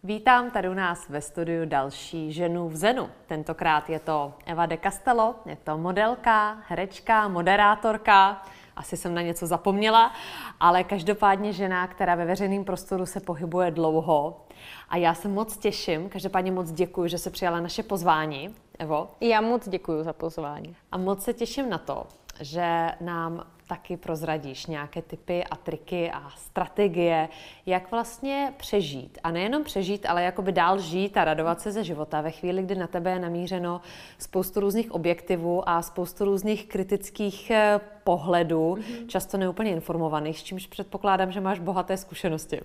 Vítám tady u nás ve studiu další ženu v Zenu. Tentokrát je to Eva de Castello, je to modelka, herečka, moderátorka, asi jsem na něco zapomněla, ale každopádně žena, která ve veřejném prostoru se pohybuje dlouho. A já se moc těším, každopádně moc děkuji, že se přijala naše pozvání. Evo. Já moc děkuji za pozvání. A moc se těším na to, že nám taky prozradíš nějaké tipy a triky a strategie, jak vlastně přežít. A nejenom přežít, ale jakoby dál žít a radovat se ze života ve chvíli, kdy na tebe je namířeno spoustu různých objektivů a spoustu různých kritických pohledů, často neúplně informovaných, s čímž předpokládám, že máš bohaté zkušenosti.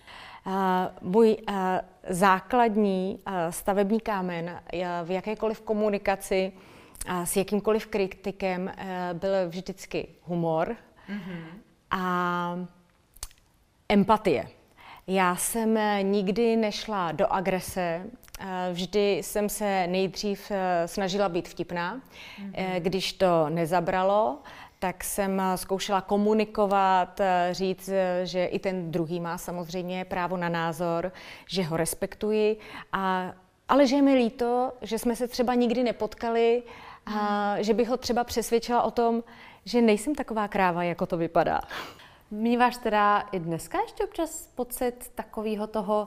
Můj základní stavební kámen v jakékoliv komunikaci s jakýmkoliv kritikem byl vždycky humor a empatie. Já jsem nikdy nešla do agrese, vždy jsem se nejdřív snažila být vtipná. Když to nezabralo, tak jsem zkoušela komunikovat, říct, že i ten druhý má samozřejmě právo na názor, že ho respektuji, ale že je mi líto, že jsme se třeba nikdy nepotkali, že bych ho třeba přesvědčila o tom, že nejsem taková kráva, jako to vypadá. Míváš teda i dneska ještě občas pocit takového toho,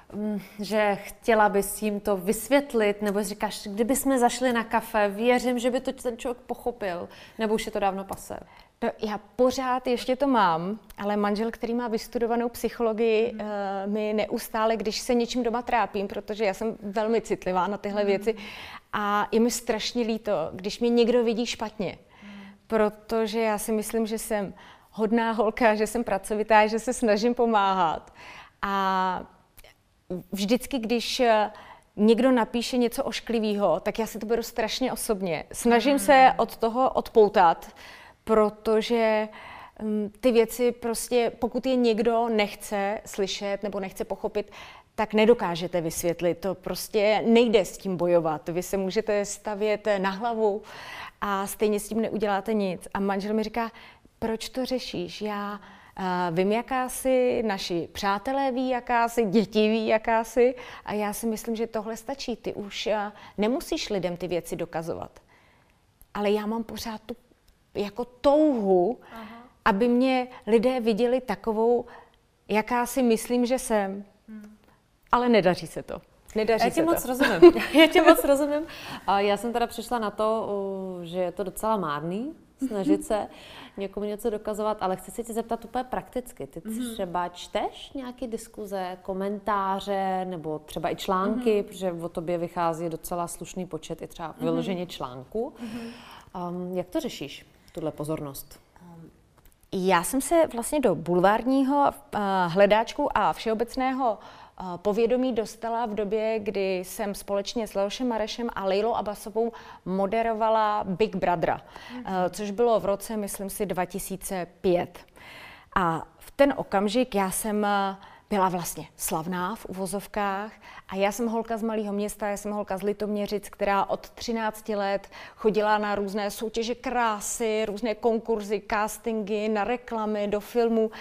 že chtěla bys jim to vysvětlit, nebo říkáš, kdyby jsme zašli na kafe, věřím, že by to ten člověk pochopil, nebo už je to dávno pasé? No, já pořád ještě to mám, ale manžel, který má vystudovanou psychologii, mi neustále, když se něčím doma trápím, protože já jsem velmi citlivá na tyhle věci a je mi strašně líto, když mě někdo vidí špatně, protože já si myslím, že jsem hodná holka, že jsem pracovitá, že se snažím pomáhat a vždycky, když někdo napíše něco ošklivého, tak já si to beru strašně osobně. Snažím se od toho odpoutat, protože ty věci prostě, pokud je někdo nechce slyšet nebo nechce pochopit, tak nedokážete vysvětlit. To prostě nejde s tím bojovat. Vy se můžete stavět na hlavu a stejně s tím neuděláte nic. A manžel mi říká, proč to řešíš? Já vím, jaká jsi, naši přátelé ví, jaká jsi, děti ví, jaká jsi. A já si myslím, že tohle stačí. Ty už nemusíš lidem ty věci dokazovat. Ale já mám pořád tu jako touhu, aby mě lidé viděli takovou, jaká si myslím, že jsem. Ale nedaří se to. Já tě moc rozumím. Já jsem teda přišla na to, že je to docela márný snažit se někomu něco dokazovat, ale chci se tě zeptat úplně prakticky. Ty třeba čteš nějaké diskuze, komentáře nebo třeba i články, protože o tobě vychází docela slušný počet i třeba vyloženě článků. Jak to řešíš, tuhle pozornost? Já jsem se vlastně do bulvárního hledáčku a všeobecného povědomí dostala v době, kdy jsem společně s Leošem Marešem a Lejlou Abbasovou moderovala Big Brothera, což bylo v roce, myslím si, 2005. A v ten okamžik já jsem byla vlastně slavná v uvozovkách a já jsem holka z malého města, já jsem holka z Litoměřic, která od 13 let chodila na různé soutěže krásy, různé konkurzy, castingy, na reklamy, do filmu.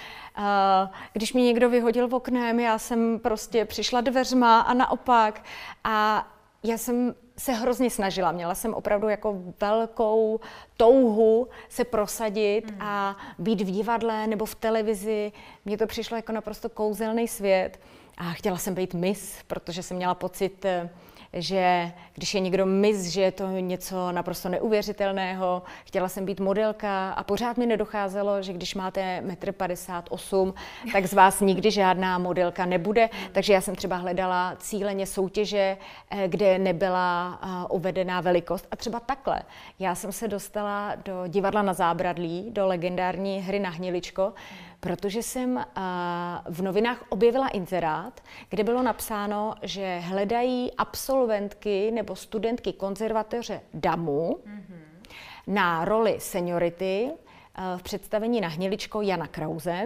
Když mě někdo vyhodil v oknem, já jsem prostě přišla dveřma a naopak. A já jsem se hrozně snažila. Měla jsem opravdu jako velkou touhu se prosadit a být v divadle nebo v televizi. Mně to přišlo jako naprosto kouzelný svět. A chtěla jsem být miss, protože jsem měla pocit, že když je někdo miss, že je to něco naprosto neuvěřitelného. Chtěla jsem být modelka a pořád mi nedocházelo, že když máte 1,58 m, tak z vás nikdy žádná modelka nebude. Takže já jsem třeba hledala cíleně soutěže, kde nebyla uvedená velikost. A třeba takhle. Já jsem se dostala do divadla Na Zábradlí, do legendární hry Na Hniličko, protože jsem v novinách objevila inzerát, kde bylo napsáno, že hledají absolventky nebo studentky konzervatoře DAMu na roli seniority v představení Na Hniličko Jana Krause,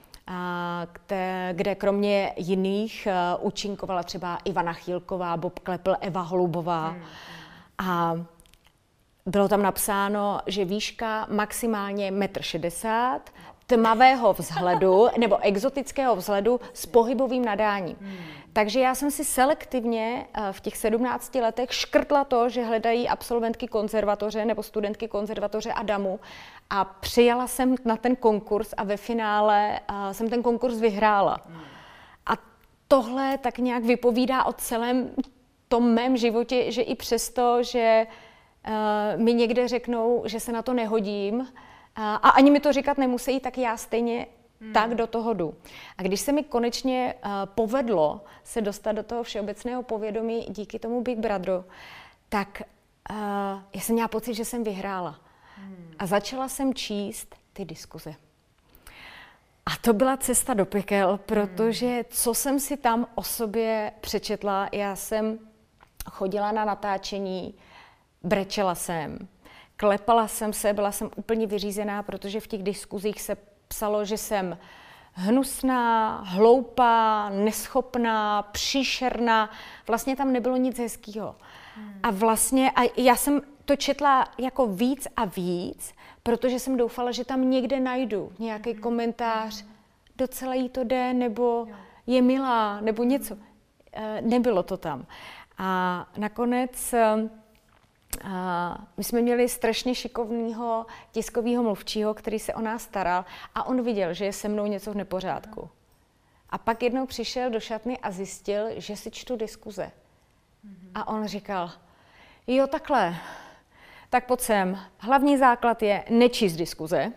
kde kromě jiných účinkovala třeba Ivana Chýlková, Bob Klepl, Eva Holubová. A bylo tam napsáno, že výška maximálně 1,60 m, tmavého vzhledu nebo exotického vzhledu s pohybovým nadáním. Takže já jsem si selektivně v těch 17 letech škrtla to, že hledají absolventky konzervatoře nebo studentky konzervatoře a DAMu a přijala jsem na ten konkurs a ve finále jsem ten konkurs vyhrála. A tohle tak nějak vypovídá o celém tom mém životě, že i přesto, že mi někde řeknou, že se na to nehodím a ani mi to říkat nemusí, tak já stejně tak do toho jdu. A když se mi konečně povedlo se dostat do toho všeobecného povědomí díky tomu Big Brotheru, tak já jsem měla pocit, že jsem vyhrála. A začala jsem číst ty diskuze. A to byla cesta do pekel, protože co jsem si tam o sobě přečetla, já jsem chodila na natáčení, brečela jsem, klepala jsem se, byla jsem úplně vyřízená, protože v těch diskuzích se psalo, že jsem hnusná, hloupá, neschopná, příšerná. Vlastně tam nebylo nic hezkýho. A já jsem to četla jako víc a víc, protože jsem doufala, že tam někde najdu nějaký komentář, docela jí to jde, nebo je milá, nebo něco. Nebylo to tam. A nakonec my jsme měli strašně šikovného tiskového mluvčího, který se o nás staral a on viděl, že je se mnou něco v nepořádku. A pak jednou přišel do šatny a zjistil, že si čtu diskuze. A on říkal, jo takhle, tak pojď sem. Hlavní základ je nečíst diskuze.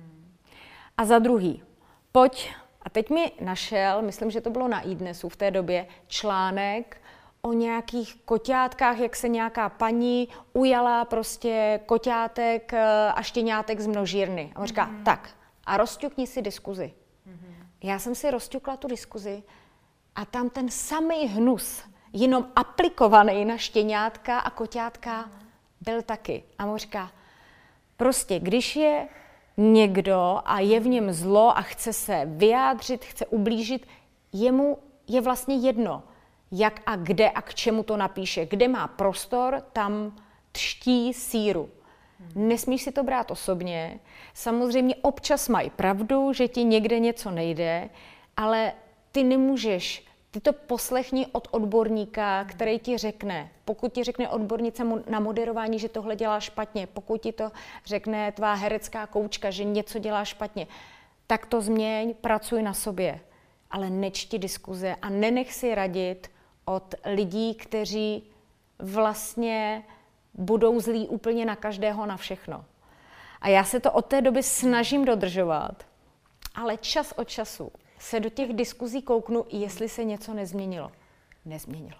A za druhý, pojď, a teď mi našel, myslím, že to bylo na iDnesu v té době, článek o nějakých koťátkách, jak se nějaká paní ujala prostě koťátek a štěňátek z množírny. A on říká, tak, a rozťukni si diskuzi. Já jsem si rozťukla tu diskuzi a tam ten samý hnus, jenom aplikovaný na štěňátka a koťátka, byl taky. A on říká, prostě když je někdo a je v něm zlo a chce se vyjádřit, chce ublížit, jemu je vlastně jedno, jak a kde a k čemu to napíše. Kde má prostor, tam třtí síru. Nesmíš si to brát osobně. Samozřejmě občas mají pravdu, že ti někde něco nejde, ale ty nemůžeš, ty to poslechni od odborníka, který ti řekne, pokud ti řekne odbornice na moderování, že tohle dělá špatně, pokud ti to řekne tvá herecká koučka, že něco dělá špatně, tak to změň, pracuj na sobě. Ale nečti diskuze a nenech si radit od lidí, kteří vlastně budou zlí úplně na každého, na všechno. A já se to od té doby snažím dodržovat, ale čas od času se do těch diskuzí kouknu, jestli se něco nezměnilo. Nezměnilo.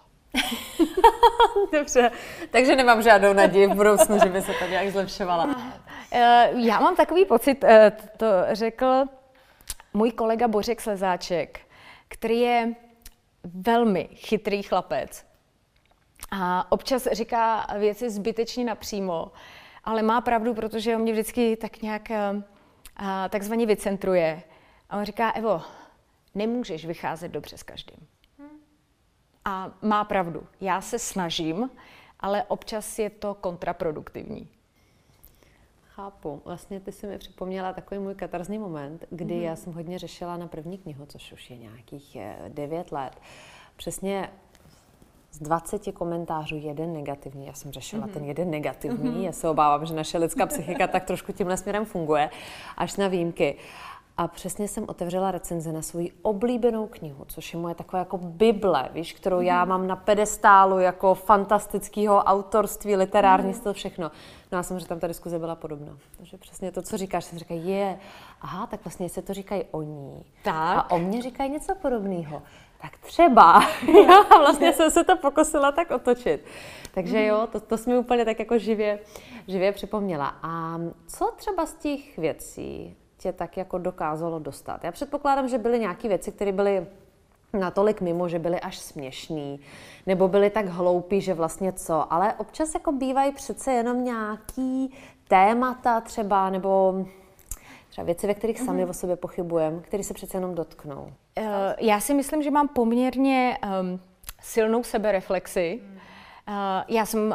Dobře, takže nemám žádnou naději v budoucnu, že by se to nějak zlepšovala. Já mám takový pocit, to řekl můj kolega Bořek Slezáček, který je velmi chytrý chlapec a občas říká věci zbytečně napřímo, ale má pravdu, protože on mě vždycky tak nějak takzvaně vycentruje. A on říká, Evo, nemůžeš vycházet dobře s každým. A má pravdu. Já se snažím, ale občas je to kontraproduktivní. Chápu. Vlastně ty jsi mi připomněla takový můj katarzní moment, kdy já jsem hodně řešila na první knihu, což už je nějakých 9 let. Přesně z 20 komentářů jeden negativní. Já jsem řešila ten jeden negativní. Já se obávám, že naše lidská psychika tak trošku tímhle směrem funguje, až na výjimky. A přesně jsem otevřela recenze na svou oblíbenou knihu, což je moje taková jako bible, víš, kterou já mám na pedestálu jako fantastického autorství, literární styl, všechno. No a samozřejmě tam ta diskuze byla podobná. Takže přesně to, co říkáš, se říkají, aha, tak vlastně se to říkají o ní. Tak. A o mně říkají něco podobného. Tak třeba. Já vlastně jsem se to pokusila tak otočit. Takže jo, to jsi mi úplně tak jako živě připomněla. A co třeba z těch věcí tě tak jako dokázalo dostat? Já předpokládám, že byly nějaké věci, které byly natolik mimo, že byly až směšný, nebo byly tak hloupý, že vlastně co, ale občas jako bývají přece jenom nějaký témata třeba, nebo třeba věci, ve kterých sami o sobě pochybujeme, které se přece jenom dotknou. Já si myslím, že mám poměrně silnou sebereflexi. Já jsem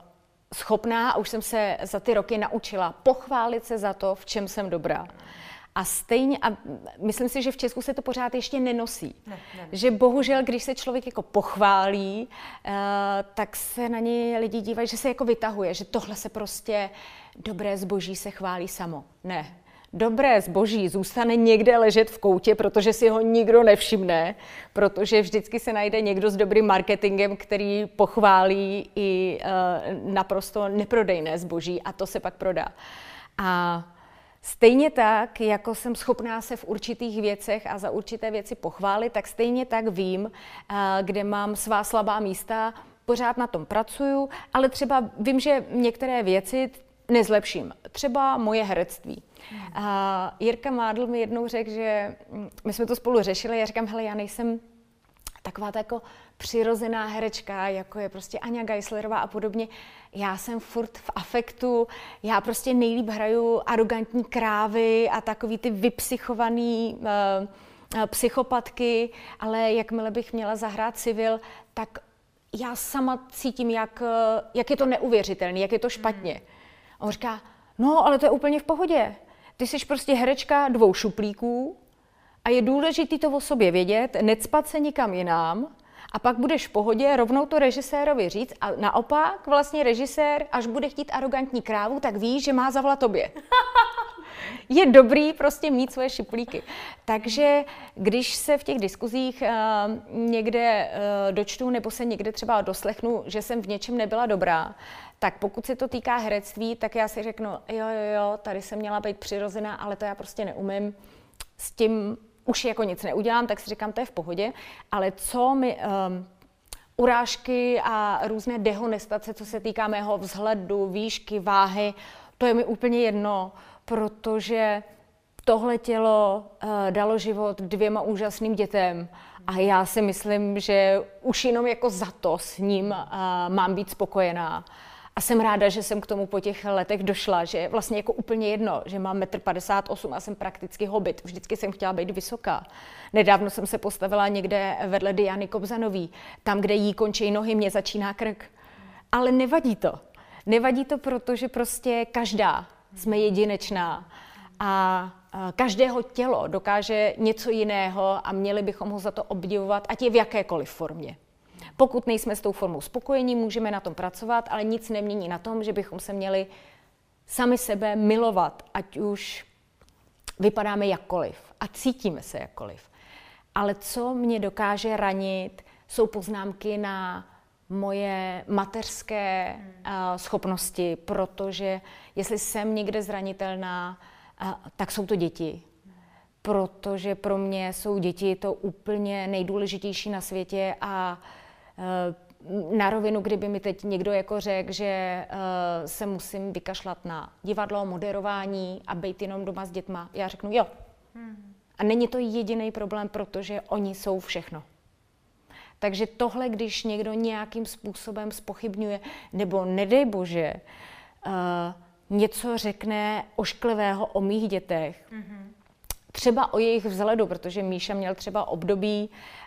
schopná, a už jsem se za ty roky naučila, pochválit se za to, v čem jsem dobrá. A stejně, a myslím si, že v Česku se to pořád ještě nenosí. Ne. Že bohužel, když se člověk jako pochválí, tak se na něj lidi dívají, že se jako vytahuje, že tohle se prostě dobré zboží se chválí samo. Ne. Dobré zboží zůstane někde ležet v koutě, protože si ho nikdo nevšimne, protože vždycky se najde někdo s dobrým marketingem, který pochválí i naprosto neprodejné zboží a to se pak prodá. A stejně tak, jako jsem schopná se v určitých věcech a za určité věci pochválit, tak stejně tak vím, kde mám svá slabá místa, pořád na tom pracuju, ale třeba vím, že některé věci nezlepším. Třeba moje herectví. Jirka Mádl mi jednou řekl, že my jsme to spolu řešili, já říkám, hele, já nejsem taková ta jako přirozená herečka, jako je prostě Aňa Geislerová a podobně. Já jsem furt v afektu, já prostě nejlíp hraju arrogantní krávy a takový ty vypsychovaný psychopatky, ale jakmile bych měla zahrát civil, tak já sama cítím, jak je to neuvěřitelné, jak je to špatně. A on říká, no, ale to je úplně v pohodě. Ty jsi prostě herečka 2 šuplíků a je důležité to o sobě vědět, necpat se nikam jinam a pak budeš v pohodě rovnou to režisérovi říct a naopak vlastně režisér, až bude chtít arrogantní krávu, tak ví, že má zavla tobě. Je dobrý prostě mít svoje šuplíky. Takže když se v těch diskuzích někde dočtu nebo se někde třeba doslechnu, že jsem v něčem nebyla dobrá, tak pokud se to týká herectví, tak já si řeknu, jo, tady jsem měla být přirozená, ale to já prostě neumím. S tím už jako nic neudělám, tak si říkám, to je v pohodě. Ale co mi urážky a různé dehonestace, co se týká mého vzhledu, výšky, váhy, to je mi úplně jedno, protože tohle tělo dalo život 2 úžasným dětem a já si myslím, že už jenom jako za to s ním mám být spokojená. A jsem ráda, že jsem k tomu po těch letech došla, že vlastně jako úplně jedno, že mám 1,58 m a jsem prakticky hobit. Vždycky jsem chtěla být vysoká. Nedávno jsem se postavila někde vedle Diany Kobzanový. Tam, kde jí končí nohy, mě začíná krk. Ale nevadí to. Nevadí to, protože prostě každá jsme jedinečná a každého tělo dokáže něco jiného a měli bychom ho za to obdivovat, ať je v jakékoliv formě. Pokud nejsme s tou formou spokojení, můžeme na tom pracovat, ale nic nemění na tom, že bychom se měli sami sebe milovat, ať už vypadáme jakkoliv a cítíme se jakkoliv. Ale co mě dokáže ranit, jsou poznámky na moje mateřské schopnosti, protože jestli jsem někde zranitelná, tak jsou to děti. Protože pro mě jsou děti to úplně nejdůležitější na světě a na rovinu, kdyby mi teď někdo jako řekl, že se musím vykašlat na divadlo, moderování a být jenom doma s dětma, já řeknu jo. A není to jediný problém, protože oni jsou všechno. Takže tohle, když někdo nějakým způsobem zpochybňuje, nebo nedej bože, něco řekne ošklivého o mých dětech, třeba o jejich vzhledu, protože Míša měl třeba období,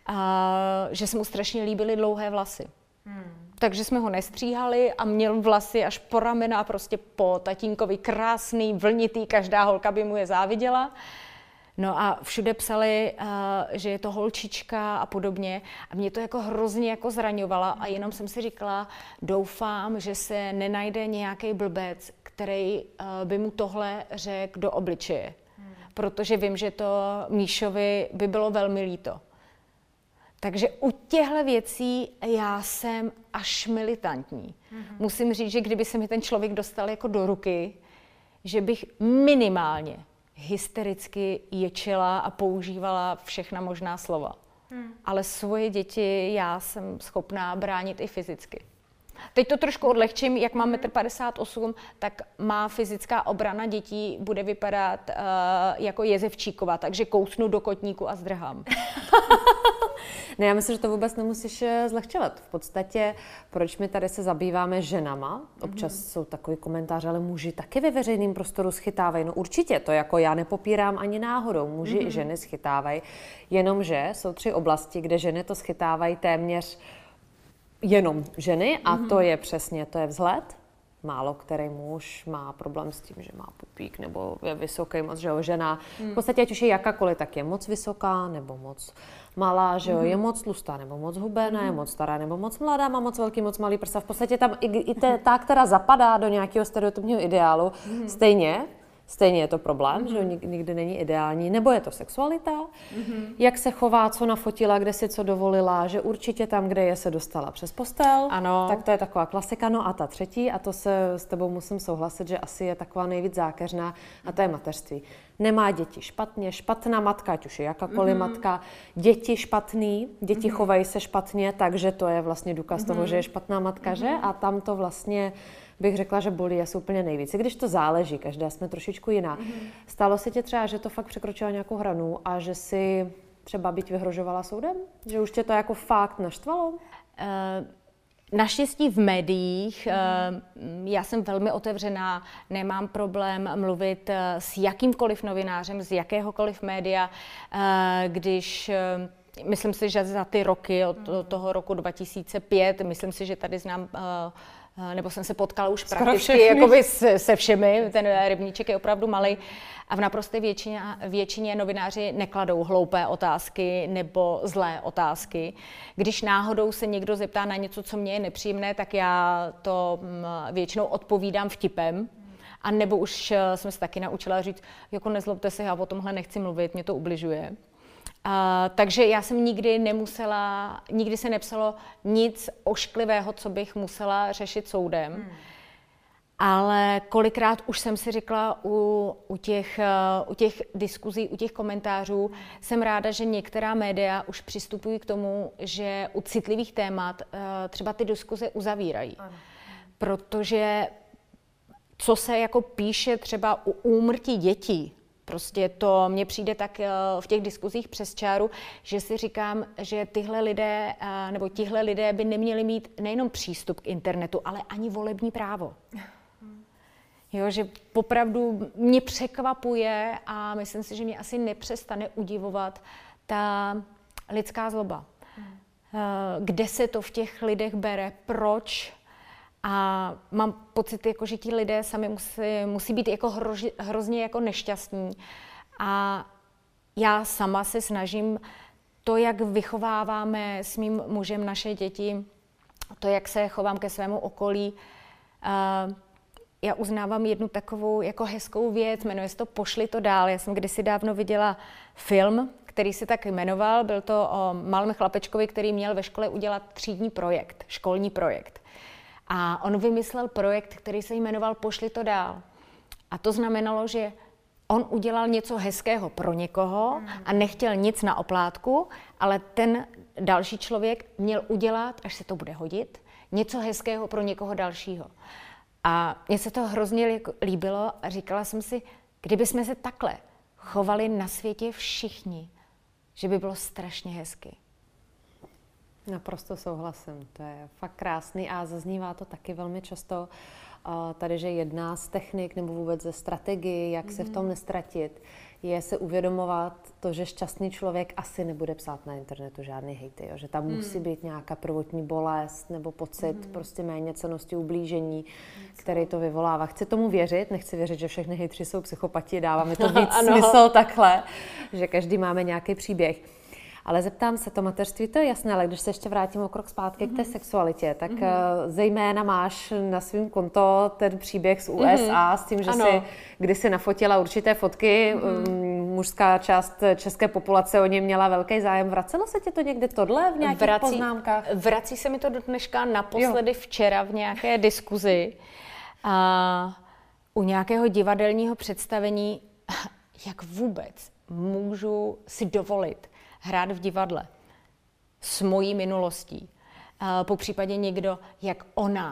že se mu strašně líbily dlouhé vlasy. Takže jsme ho nestříhali a měl vlasy až po ramena, prostě po tatínkovi krásný, vlnitý, každá holka by mu je záviděla. No a všude psali, že je to holčička a podobně. A mě to jako hrozně jako zraňovalo a jenom jsem si říkala, doufám, že se nenajde nějaký blbec, který by mu tohle řekl do obličeje. Protože vím, že to Míšovi by bylo velmi líto. Takže u těchto věcí já jsem až militantní. Musím říct, že kdyby se mi ten člověk dostal jako do ruky, že bych minimálně hystericky ječila a používala všechna možná slova. Ale svoje děti já jsem schopná bránit i fyzicky. Teď to trošku odlehčím, jak mám 1,58 m, tak má fyzická obrana dětí bude vypadat jako Jezevčíková, takže kousnu do kotníku a zdrhám. Ne, já myslím, že to vůbec nemusíš zlehčovat. V podstatě, proč my tady se zabýváme ženama, občas jsou takový komentáře, ale muži taky ve veřejném prostoru schytávají. No určitě, to jako já nepopírám ani náhodou. Muži i ženy schytávají, jenomže jsou 3 oblasti, kde ženy to schytávají téměř jenom ženy a to je přesně, to je vzhled, málo který muž má problém s tím, že má pupík nebo je vysoký moc, že jo, žena. V podstatě ať už je jakákoliv, tak je moc vysoká nebo moc malá, že jo, je moc tlustá nebo moc hubená, je moc stará nebo moc mladá, má moc velký, moc malý prsa. V podstatě tam i ta, která zapadá do nějakého stereotypního ideálu, stejně je to problém, že nikdy není ideální, nebo je to sexualita, jak se chová, co nafotila, kde si co dovolila, že určitě tam, kde je, se dostala přes postel, ano. Tak to je taková klasika. No a ta třetí, a to se s tebou musím souhlasit, že asi je taková nejvíc zákeřná, a to je mateřství. Nemá děti špatně, špatná matka, ať už je jakákoliv matka, děti špatný, děti chovají se špatně, takže to je vlastně důkaz toho, že je špatná matka, že? A tam to vlastně bych řekla, že bolí asi úplně nejvíc. I když to záleží, každá jsme trošičku jiná. Stalo se ti třeba, že to fakt překročila nějakou hranu a že si třeba byť vyhrožovala soudem? Že už tě to jako fakt naštvalo? Naštěstí v médiích, já jsem velmi otevřená, nemám problém mluvit s jakýmkoliv novinářem, z jakéhokoliv média, když myslím si, že za ty roky, od toho roku 2005, myslím si, že tady znám, nebo jsem se potkala už prakticky jakoby se všemi, ten rybníček je opravdu malý a v naprosté většině novináři nekladou hloupé otázky nebo zlé otázky. Když náhodou se někdo zeptá na něco, co mně je nepříjemné, tak já to většinou odpovídám vtipem. A nebo už jsem se taky naučila říct, jako nezlobte se, já o tomhle nechci mluvit, mě to ubližuje. Takže já jsem nikdy se nepsalo nic ošklivého, co bych musela řešit soudem. Ale kolikrát už jsem si řekla u těch diskuzí, u těch komentářů, jsem ráda, že některá média už přistupují k tomu, že u citlivých témat třeba ty diskuze uzavírají. Ano. Protože co se jako píše třeba u úmrtí dětí, prostě to mně přijde tak v těch diskuzích přes čáru, že si říkám, že tihle lidé by neměli mít nejenom přístup k internetu, ale ani volební právo. Jo, že opravdu mě překvapuje a myslím si, že mě asi nepřestane udivovat ta lidská zloba. Kde se to v těch lidech bere, proč? A mám pocit, jako, že ti lidé sami musí být jako hrozně jako nešťastní. A já sama se snažím to, jak vychováváme s mým mužem naše děti, to, jak se chovám ke svému okolí. Já uznávám jednu takovou jako hezkou věc, jmenuje se to Pošli to dál. Já jsem kdysi dávno viděla film, který se tak jmenoval. Byl to o malém chlapečkovi, který měl ve škole udělat třídní projekt, školní projekt. A on vymyslel projekt, který se jmenoval Pošli to dál. A to znamenalo, že on udělal něco hezkého pro někoho a nechtěl nic na oplátku, ale ten další člověk měl udělat, až se to bude hodit, něco hezkého pro někoho dalšího. A mně se to hrozně líbilo a říkala jsem si, kdyby jsme se takhle chovali na světě všichni, že by bylo strašně hezky. Naprosto souhlasím, to je fakt krásný a zaznívá to taky velmi často tady, že jedna z technik nebo vůbec ze strategií, jak se v tom nestratit, je se uvědomovat to, že šťastný člověk asi nebude psát na internetu žádný hejty, jo? Že tam musí být nějaká prvotní bolest nebo pocit prostě méněcennosti, ublížení, který to vyvolává. Chci tomu věřit, nechci věřit, že všechny hejtři jsou psychopati, dává mi to víc smysl takhle, že každý máme nějaký příběh. Ale zeptám se, to mateřství, to je jasné, ale když se ještě vrátím o krok zpátky k té sexualitě, tak zejména máš na svém konto ten příběh z USA s tím, že si kdysi nafotila určité fotky, mužská část české populace o něm měla velký zájem. Vracelo se ti to někdy tohle v nějakých poznámkách? Vrací se mi to do dneška, naposledy včera v nějaké diskuzi u nějakého divadelního představení, jak vůbec můžu si dovolit hrát v divadle s mojí minulostí. Po případě někdo, jak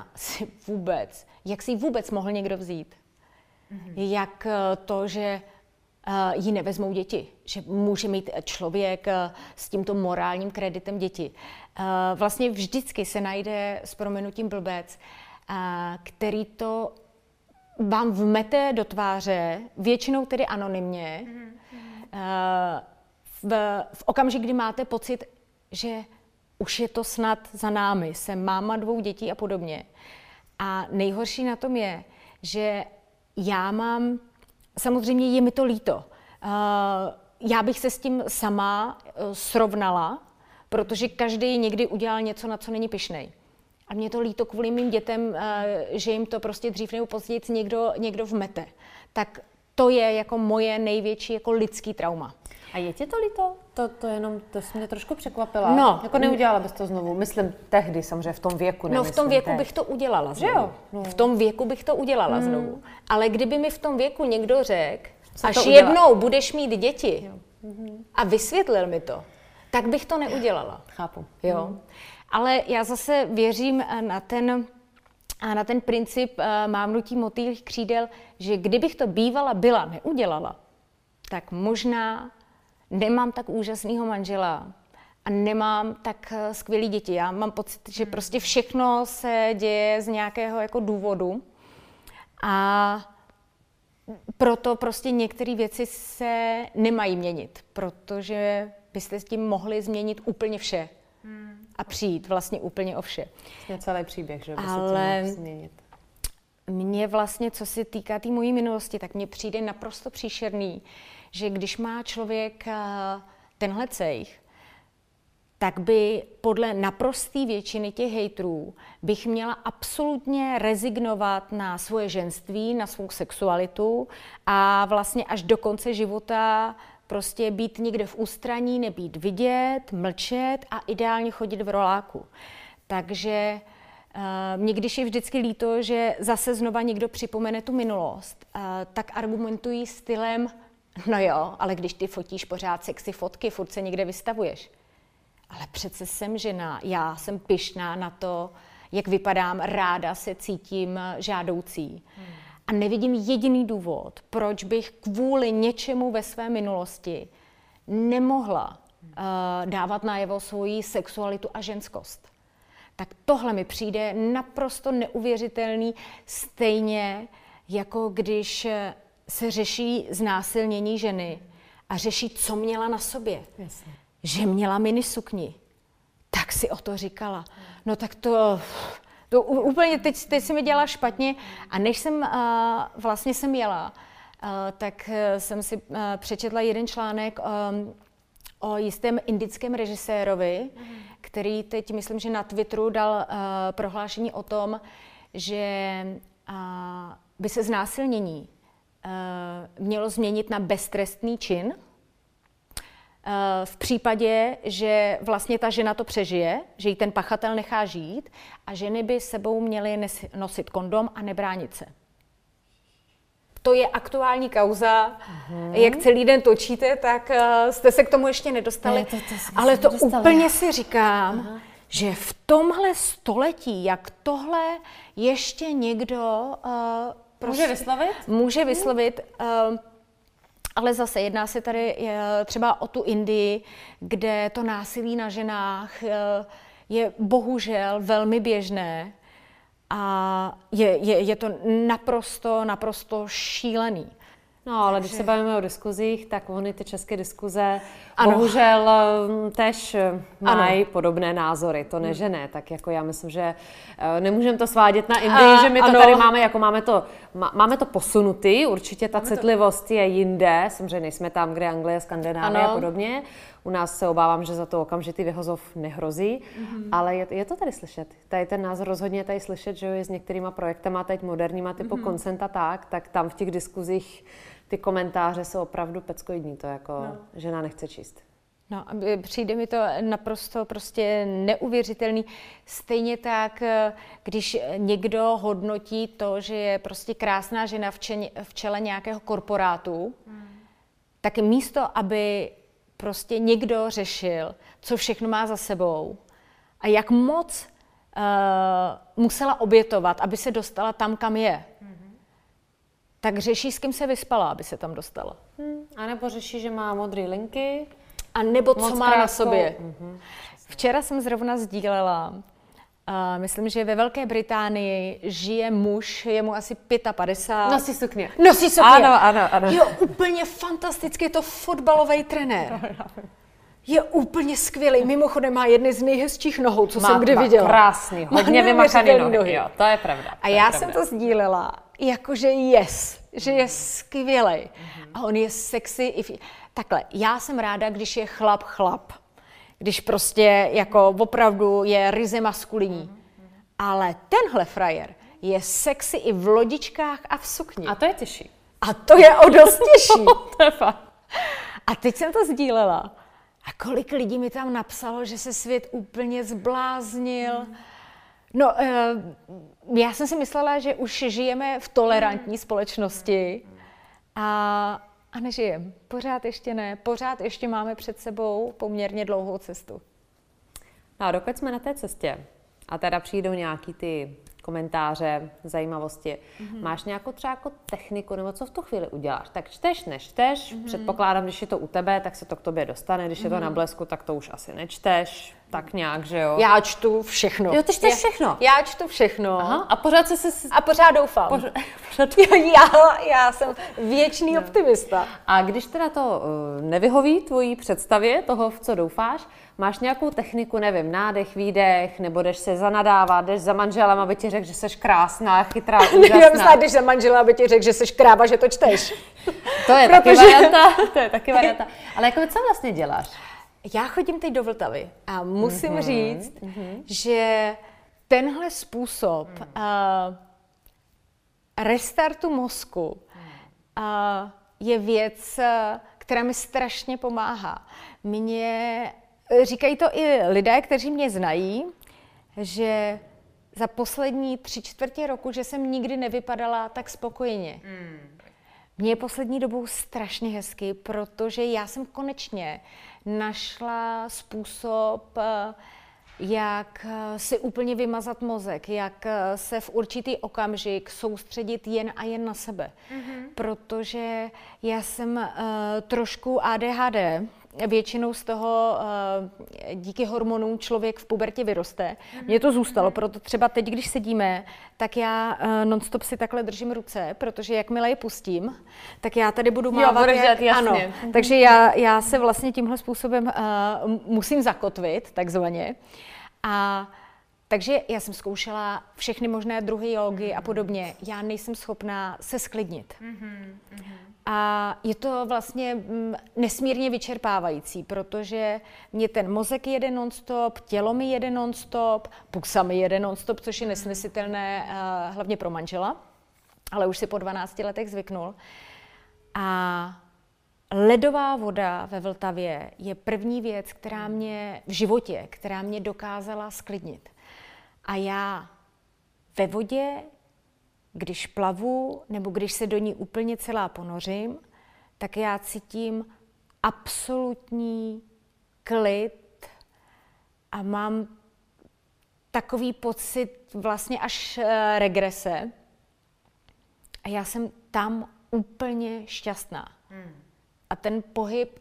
si vůbec mohl někdo vzít. Jak to, že jí nevezmou děti, že může mít člověk s tímto morálním kreditem děti. Vlastně vždycky se najde s prominutím blbec, který to vám vmete do tváře, většinou tedy anonymně, v okamžik, kdy máte pocit, že už je to snad za námi, jsem máma 2 dětí a podobně. A nejhorší na tom je, že já mám, samozřejmě je mi to líto, já bych se s tím sama srovnala, protože každý někdy udělal něco, na co není pyšnej. A mě to líto kvůli mým dětem, že jim to prostě dřív nebo později někdo vmete. Tak to je jako moje největší jako lidský trauma. A je ti to líto? To jsi mě trošku překvapila. No. Jako neudělala bys to znovu. Myslím tehdy samozřejmě v tom věku. No v tom věku bych to udělala znovu. Jo? No. V tom věku bych to udělala znovu. Ale kdyby mi v tom věku někdo řekl, až udělá? jednou budeš mít děti a vysvětlil mi to, tak bych to neudělala. Chápu. Jo. Ale já zase věřím na ten princip mávnutí motýlích křídel, že kdybych to byla neudělala, tak možná nemám tak úžasného manžela a nemám tak skvělý děti. Já mám pocit, že prostě všechno se děje z nějakého jako důvodu a proto prostě některé věci se nemají měnit, protože byste s tím mohli změnit úplně vše a přijít vlastně úplně o vše. Vlastně celý příběh, že by se Ale tím mohl změnit. mně vlastně, co se týká té mojí minulosti, tak mně přijde naprosto příšerný, že když má člověk tenhle cejch, tak by podle naprosté většiny těch hejtrů bych měla absolutně rezignovat na svoje ženství, na svou sexualitu a vlastně až do konce života prostě být někde v ústraní, nebýt vidět, mlčet a ideálně chodit v roláku. Takže mě když je vždycky líto, že zase znova někdo připomene tu minulost, tak argumentují stylem, no jo, ale když ty fotíš pořád sexy fotky, furt se někde vystavuješ. Ale přece jsem žena, já jsem pyšná na to, jak vypadám, ráda se cítím žádoucí. A nevidím jediný důvod, proč bych kvůli něčemu ve své minulosti nemohla dávat najevo svoji sexualitu a ženskost. Tak tohle mi přijde naprosto neuvěřitelný, stejně jako když se řeší znásilnění ženy a řeší, co měla na sobě. Jasně. Že měla minisukni. Tak si o to říkala. No tak to úplně, teď si mi dělala špatně. A než jsem vlastně jsem jela, tak jsem si přečetla jeden článek o jistém indickém režisérovi, který teď, myslím, že na Twitteru dal prohlášení o tom, že by se znásilnění mělo změnit na beztrestný čin, v případě, že vlastně ta žena to přežije, že ji ten pachatel nechá žít a ženy by sebou měly nosit kondom a nebránit se. To je aktuální kauza. Jak celý den točíte, tak jste se k tomu ještě nedostali. Ale to úplně si říkám, že v tomhle století, jak tohle ještě někdo může vyslovit, ale zase jedná se tady třeba o tu Indii, kde to násilí na ženách je bohužel velmi běžné a je to naprosto šílený. No, ale když se bavíme o diskuzích, tak ony ty české diskuze bohužel tež mají podobné názory, to ne, že ne. Tak jako já myslím, že nemůžeme to svádět na Indii, že my to tady máme, jako máme to posunutý, určitě ta citlivost je jinde, samozřejmě nejsme tam, kde Anglie, Skandinávie a podobně. U nás se obávám, že za to okamžitý vyhozov nehrozí, ale je to tady slyšet. Tady ten názor rozhodně je tady slyšet, že je s některýma projektama teď moderníma typu Consent a tak tam v těch diskuzích ty komentáře jsou opravdu peckoidní, to jako žena nechce číst. No, přijde mi to naprosto prostě neuvěřitelný. Stejně tak, když někdo hodnotí to, že je prostě krásná žena v čele nějakého korporátu, tak místo, aby prostě někdo řešil, co všechno má za sebou a jak moc musela obětovat, aby se dostala tam, kam je, tak řeší, s kým se vyspala, aby se tam dostala. A nebo řeší, že má modré linky. A nebo co má na sobě. Včera jsem zrovna sdílela, myslím, že ve Velké Británii žije muž, je mu asi 55. Nosí sukně. Nosí sukně. Ano. Jo, úplně fantastický, je to fotbalový trenér. Je úplně skvělý. Mimochodem má jedny z nejhezčích nohou, co jsem kdy viděla. Krásný, hodně vymakaný nohy. Jo, to je pravda. A já jsem to sdílela, jakože že je skvělej. A on je sexy. Takhle, já jsem ráda, když je chlap. Když prostě jako opravdu je ryze maskulinní. Ale tenhle frajer je sexy i v lodičkách a v sukni. A to je těžší. A to je o dost těžší. To je fakt. A teď jsem to sdílela. A kolik lidí mi tam napsalo, že se svět úplně zbláznil. No, já jsem si myslela, že už žijeme v tolerantní společnosti a nežijeme. Pořád ještě ne. Pořád ještě máme před sebou poměrně dlouhou cestu. No a dokud jsme na té cestě a teda přijdou nějaký ty komentáře, zajímavosti, máš nějakou třeba jako techniku, nebo co v tu chvíli uděláš? Tak čteš, nečteš, předpokládám, když je to u tebe, tak se to k tobě dostane, když je to na blesku, tak to už asi nečteš, tak nějak, že jo? Já čtu všechno. Jo, ty čteš všechno? Já čtu všechno. Aha, a pořád A pořád doufám. Já jsem věčný optimista. A když teda to nevyhoví tvojí představě toho, v co doufáš, máš nějakou techniku, nevím, nádech, výdech, nebo jdeš se zanadávat, jdeš za manželem, aby ti řekl, že jsi krásná, chytrá, úžasná. Nevím, snad jdeš za manželem, aby ti řekl, že jsi kráva, že to čteš. To je taky varianta. To je taky varianta. Ale jako co vlastně děláš? Já chodím teď do Vltavy a musím říct, že tenhle způsob restartu mozku je věc, která mi strašně pomáhá. Říkají to i lidé, kteří mě znají, že za poslední 3/4 roku, že jsem nikdy nevypadala tak spokojeně. Mně je poslední dobou strašně hezky, protože já jsem konečně našla způsob, jak si úplně vymazat mozek, jak se v určitý okamžik soustředit jen a jen na sebe. Protože já jsem trošku ADHD, většinou z toho díky hormonům člověk v pubertě vyroste. Mně to zůstalo, proto třeba teď, když sedíme, tak já nonstop si takhle držím ruce, protože jakmile je pustím, tak já tady budu mávat. Jasně. Ano, takže já se vlastně tímhle způsobem musím zakotvit, takzvaně. Takže já jsem zkoušela všechny možné druhy jógy a podobně. Já nejsem schopná se sklidnit. A je to vlastně nesmírně vyčerpávající, protože mě ten mozek jede non-stop, tělo mi jede non-stop, pusa mi jede non-stop, což je nesnesitelné hlavně pro manžela, ale už si po 12 letech zvyknul. A ledová voda ve Vltavě je první věc, která mě v životě, která mě dokázala sklidnit. A já ve vodě, když plavu nebo když se do ní úplně celá ponořím, tak já cítím absolutní klid a mám takový pocit vlastně až regrese. A já jsem tam úplně šťastná. A ten pohyb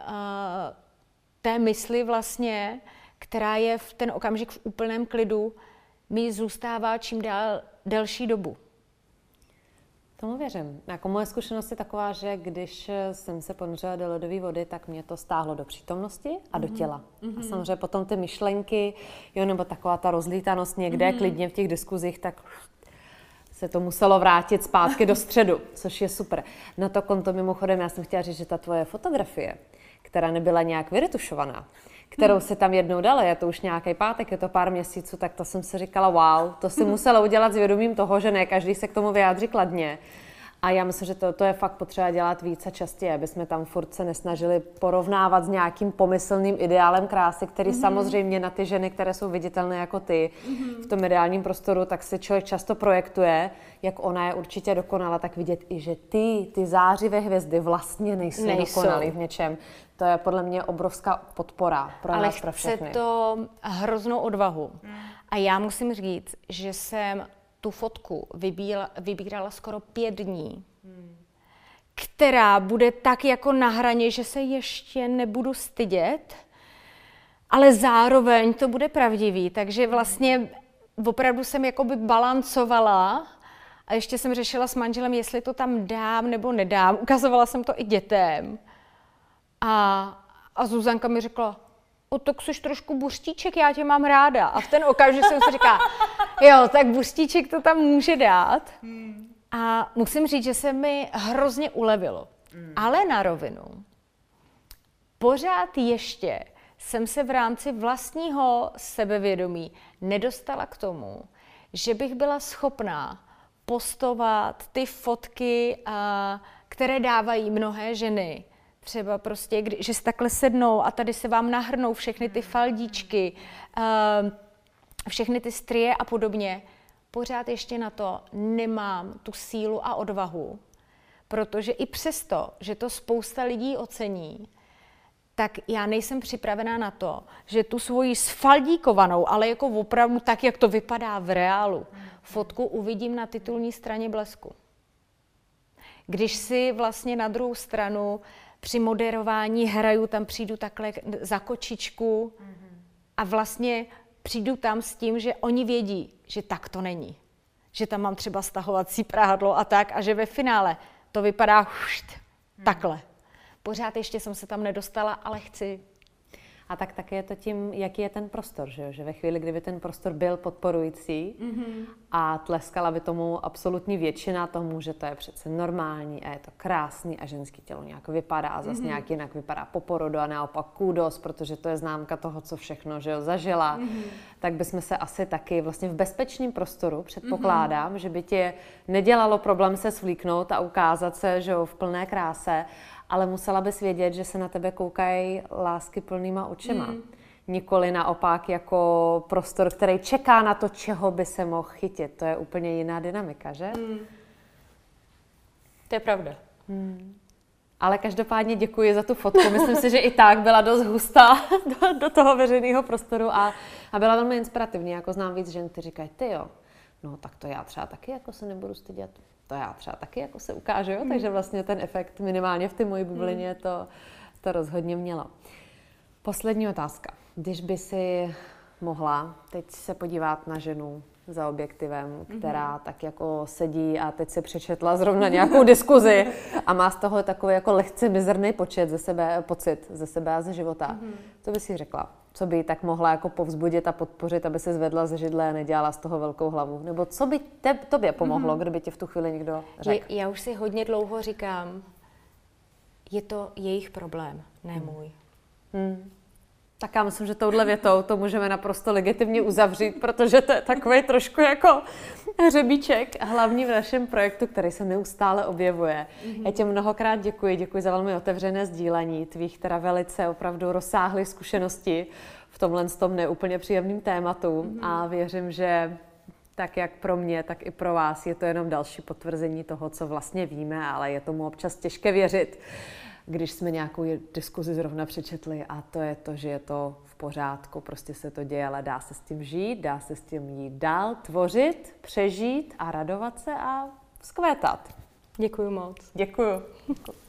té mysli vlastně, která je v ten okamžik v úplném klidu, mi zůstává čím dál delší dobu. Tomu věřím. Jako moje zkušenost je taková, že když jsem se ponořila do ledové vody, tak mě to stáhlo do přítomnosti a do těla. A samozřejmě potom ty myšlenky, jo, nebo taková ta rozlítanost někde klidně v těch diskuzích, tak se to muselo vrátit zpátky do středu, což je super. Na to konto mimochodem, já jsem chtěla říct, že ta tvoje fotografie, která nebyla nějak vyretušovaná, kterou si tam jednou dala, je to už nějaký pátek, je to pár měsíců, tak to jsem si říkala, wow, to si musela udělat s vědomím toho, že ne každý se k tomu vyjádří kladně. A já myslím, že to je fakt potřeba dělat více častěji, aby jsme tam furt se nesnažili porovnávat s nějakým pomyslným ideálem krásy, který samozřejmě na ty ženy, které jsou viditelné jako ty v tom ideálním prostoru, tak si člověk často projektuje, jak ona je určitě dokonala, tak vidět i, že ty zářivé hvězdy vlastně nejsou dokonalý v něčem. To je podle mě obrovská podpora pro nás, pro všechny. Ale chce to hroznou odvahu. A já musím říct, že jsem tu fotku vybírala skoro 5 dní, která bude tak jako na hraně, že se ještě nebudu stydět, ale zároveň to bude pravdivý. Takže vlastně opravdu jsem jakoby balancovala a ještě jsem řešila s manželem, jestli to tam dám nebo nedám. Ukazovala jsem to i dětem. A Zuzanka mi řekla, tak jsi trošku buřtíček, já tě mám ráda. A v ten okamžik jsem si říkala, jo, tak buřtíček to tam může dát. A musím říct, že se mi hrozně ulevilo. Ale na rovinu, pořád ještě jsem se v rámci vlastního sebevědomí nedostala k tomu, že bych byla schopná postovat ty fotky, které dávají mnohé ženy. Třeba prostě, že si takhle sednou a tady se vám nahrnou všechny ty faldíčky, všechny ty strie a podobně. Pořád ještě na to nemám tu sílu a odvahu, protože i přesto, že to spousta lidí ocení, tak já nejsem připravená na to, že tu svoji sfaldíkovanou, ale jako opravdu tak, jak to vypadá v reálu, fotku uvidím na titulní straně Blesku. Když si vlastně na druhou stranu při moderování hraju, tam přijdu takhle za kočičku a vlastně přijdu tam s tím, že oni vědí, že tak to není. Že tam mám třeba stahovací prádlo a tak a že ve finále to vypadá takhle. Pořád ještě jsem se tam nedostala, ale chci. A tak také je to tím, jaký je ten prostor, že ve chvíli, kdyby ten prostor byl podporující a tleskala by tomu absolutní většina tomu, že to je přece normální a je to krásný a ženský tělo nějak vypadá a zase nějak jinak vypadá po porodu a naopak kůdos, protože to je známka toho, co všechno, že jo, zažila, tak bychom se asi taky vlastně v bezpečném prostoru, předpokládám, že by tě nedělalo problém se svlíknout a ukázat se, že jo, v plné kráse, ale musela bys vědět, že se na tebe koukají láskyplnýma očima. Nikoli naopak jako prostor, který čeká na to, čeho by se mohl chytit. To je úplně jiná dynamika, že? To je pravda. Ale každopádně děkuji za tu fotku. Myslím si, že i tak byla dost hustá do toho veřejného prostoru a byla velmi inspirativní. Jako znám víc žen, kteří říkají, ty jo, no tak to já třeba taky jako se nebudu stydět. To já třeba taky jako se ukážu, jo? Takže vlastně ten efekt minimálně v té mojí bublině to rozhodně mělo. Poslední otázka. Když by si mohla teď se podívat na ženu za objektivem, která tak jako sedí a teď si přečetla zrovna nějakou diskuzi a má z toho takový jako lehce mizerný pocit ze sebe a ze života, co by si řekla? Co by jí tak mohla jako povzbudit a podpořit, aby se zvedla ze židle a nedělala z toho velkou hlavu? Nebo co by tobě pomohlo, kdyby tě v tu chvíli někdo řekl? Já už si hodně dlouho říkám, je to jejich problém, ne můj. Tak já myslím, že touhle větou to můžeme naprosto legitimně uzavřít, protože to je takový trošku jako hřebíček hlavní v našem projektu, který se neustále objevuje. Já tě mnohokrát děkuji za velmi otevřené sdílení tvých teda velice opravdu rozsáhlých zkušeností v tomhle tom neúplně příjemným tématu a věřím, že tak jak pro mě, tak i pro vás je to jenom další potvrzení toho, co vlastně víme, ale je tomu občas těžké věřit, když jsme nějakou diskuzi zrovna přečetli a to je to, že je to v pořádku, prostě se to děje, ale dá se s tím žít, dá se s tím jít dál, tvořit, přežít a radovat se a vzkvétat. Děkuju moc. Děkuju.